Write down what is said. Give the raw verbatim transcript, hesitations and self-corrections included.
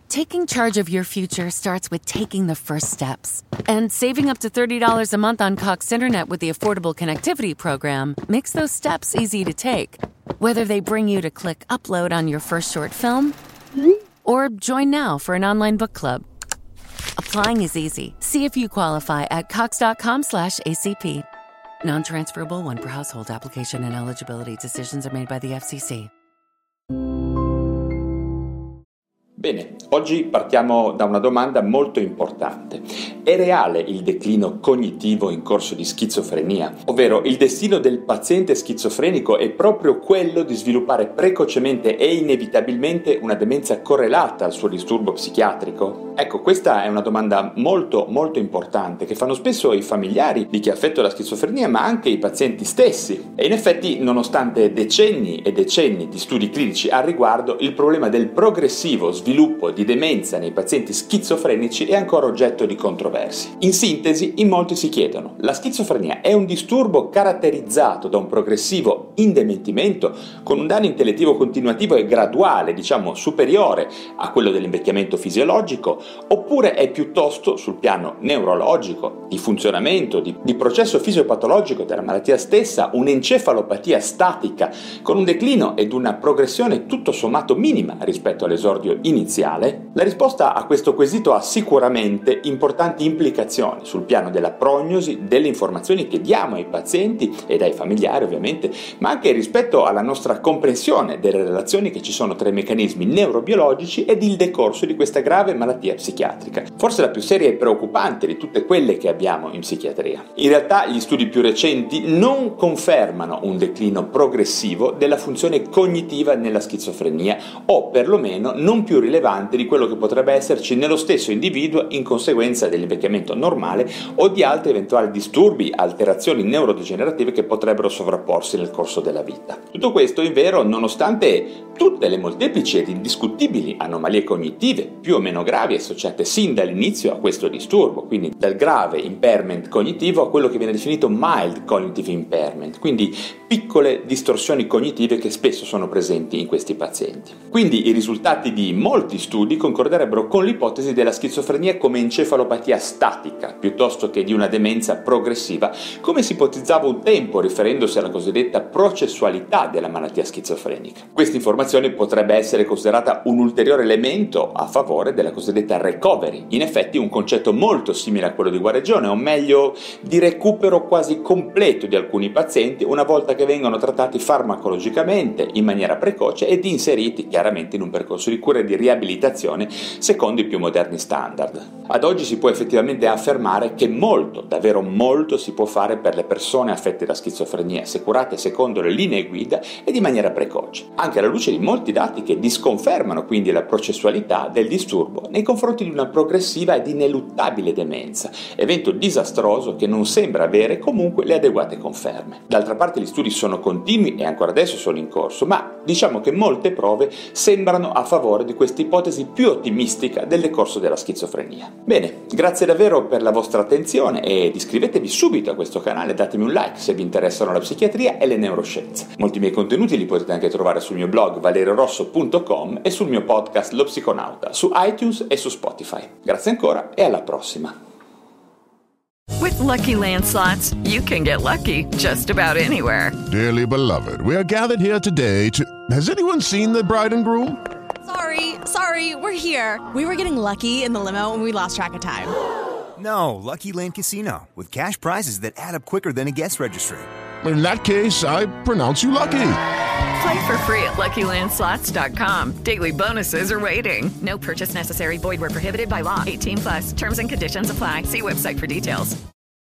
Taking charge of your future starts with taking the first steps. And saving up to thirty dollars a month on Cox Internet with the Affordable Connectivity Program makes those steps easy to take. Whether they bring you to click upload on your first short film or join now for an online book club. Applying is easy. See if you qualify at cox.com slash ACP. Non-transferable one per household. Application and eligibility decisions are made by the F C C. Bene, oggi partiamo da una domanda molto importante. È reale il declino cognitivo in corso di schizofrenia? Ovvero, il destino del paziente schizofrenico è proprio quello di sviluppare precocemente e inevitabilmente una demenza correlata al suo disturbo psichiatrico? Ecco, questa è una domanda molto molto importante che fanno spesso i familiari di chi è affetto da schizofrenia, ma anche i pazienti stessi. E in effetti, nonostante decenni e decenni di studi clinici al riguardo, il problema del progressivo sviluppo di demenza nei pazienti schizofrenici è ancora oggetto di controversie. In sintesi, in molti si chiedono: la schizofrenia è un disturbo caratterizzato da un progressivo indementimento con un danno intellettivo continuativo e graduale, diciamo superiore a quello dell'invecchiamento fisiologico, oppure è piuttosto sul piano neurologico, di funzionamento, di, di processo fisiopatologico della malattia stessa, un'encefalopatia statica con un declino ed una progressione tutto sommato minima rispetto all'esordio iniziale? La risposta a questo quesito ha sicuramente importanti implicazioni sul piano della prognosi, delle informazioni che diamo ai pazienti ed ai familiari ovviamente, ma anche rispetto alla nostra comprensione delle relazioni che ci sono tra i meccanismi neurobiologici ed il decorso di questa grave malattia psichiatrica, forse la più seria e preoccupante di tutte quelle che abbiamo in psichiatria. In realtà gli studi più recenti non confermano un declino progressivo della funzione cognitiva nella schizofrenia, o perlomeno non più rilevante di quello che potrebbe esserci nello stesso individuo in conseguenza dell'invecchiamento normale o di altri eventuali disturbi, alterazioni neurodegenerative che potrebbero sovrapporsi nel corso della vita. Tutto questo, in vero, nonostante tutte le molteplici ed indiscutibili anomalie cognitive più o meno gravi associate sin dall'inizio a questo disturbo, quindi dal grave impairment cognitivo a quello che viene definito mild cognitive impairment, quindi piccole distorsioni cognitive che spesso sono presenti in questi pazienti. Quindi i risultati di molti studi concorderebbero con l'ipotesi della schizofrenia come encefalopatia statica piuttosto che di una demenza progressiva, come si ipotizzava un tempo riferendosi alla cosiddetta processualità della malattia schizofrenica. Questa informazione potrebbe essere considerata un ulteriore elemento a favore della cosiddetta recovery, in effetti un concetto molto simile a quello di guarigione, o meglio di recupero quasi completo di alcuni pazienti una volta che vengono trattati farmacologicamente in maniera precoce ed inseriti chiaramente in un percorso di cura e di riabilitazione secondo i più moderni standard. Ad oggi si può effettivamente affermare che molto, davvero molto si può fare per le persone affette da schizofrenia, assicurate secondo le linee guida e di maniera precoce, anche alla luce di molti dati che disconfermano quindi la processualità del disturbo nei confronti di una progressiva ed ineluttabile demenza, evento disastroso che non sembra avere comunque le adeguate conferme. D'altra parte gli studi sono continui e ancora adesso sono in corso, ma diciamo che molte prove sembrano a favore di questa ipotesi più ottimistica del decorso della schizofrenia. Bene, grazie davvero per la vostra attenzione ed iscrivetevi subito a questo canale, datemi un like se vi interessano la psichiatria e le neuroscienze. Molti miei contenuti li potete anche trovare sul mio blog valerio rosso punto com e sul mio podcast Lo Psiconauta su iTunes e su Spotify. Grazie ancora e alla prossima. With Lucky Land Slots, you can get lucky just about anywhere. Dearly beloved, we are gathered here today to... Has anyone seen the bride and groom? Sorry, sorry, we're here. We were getting lucky in the limo and we lost track of time. No, Lucky Land Casino, with cash prizes that add up quicker than a guest registry. In that case, I pronounce you lucky. Play for free at lucky land slots dot com. Daily bonuses are waiting. No purchase necessary. Void where prohibited by law. eighteen plus. Terms and conditions apply. See website for details.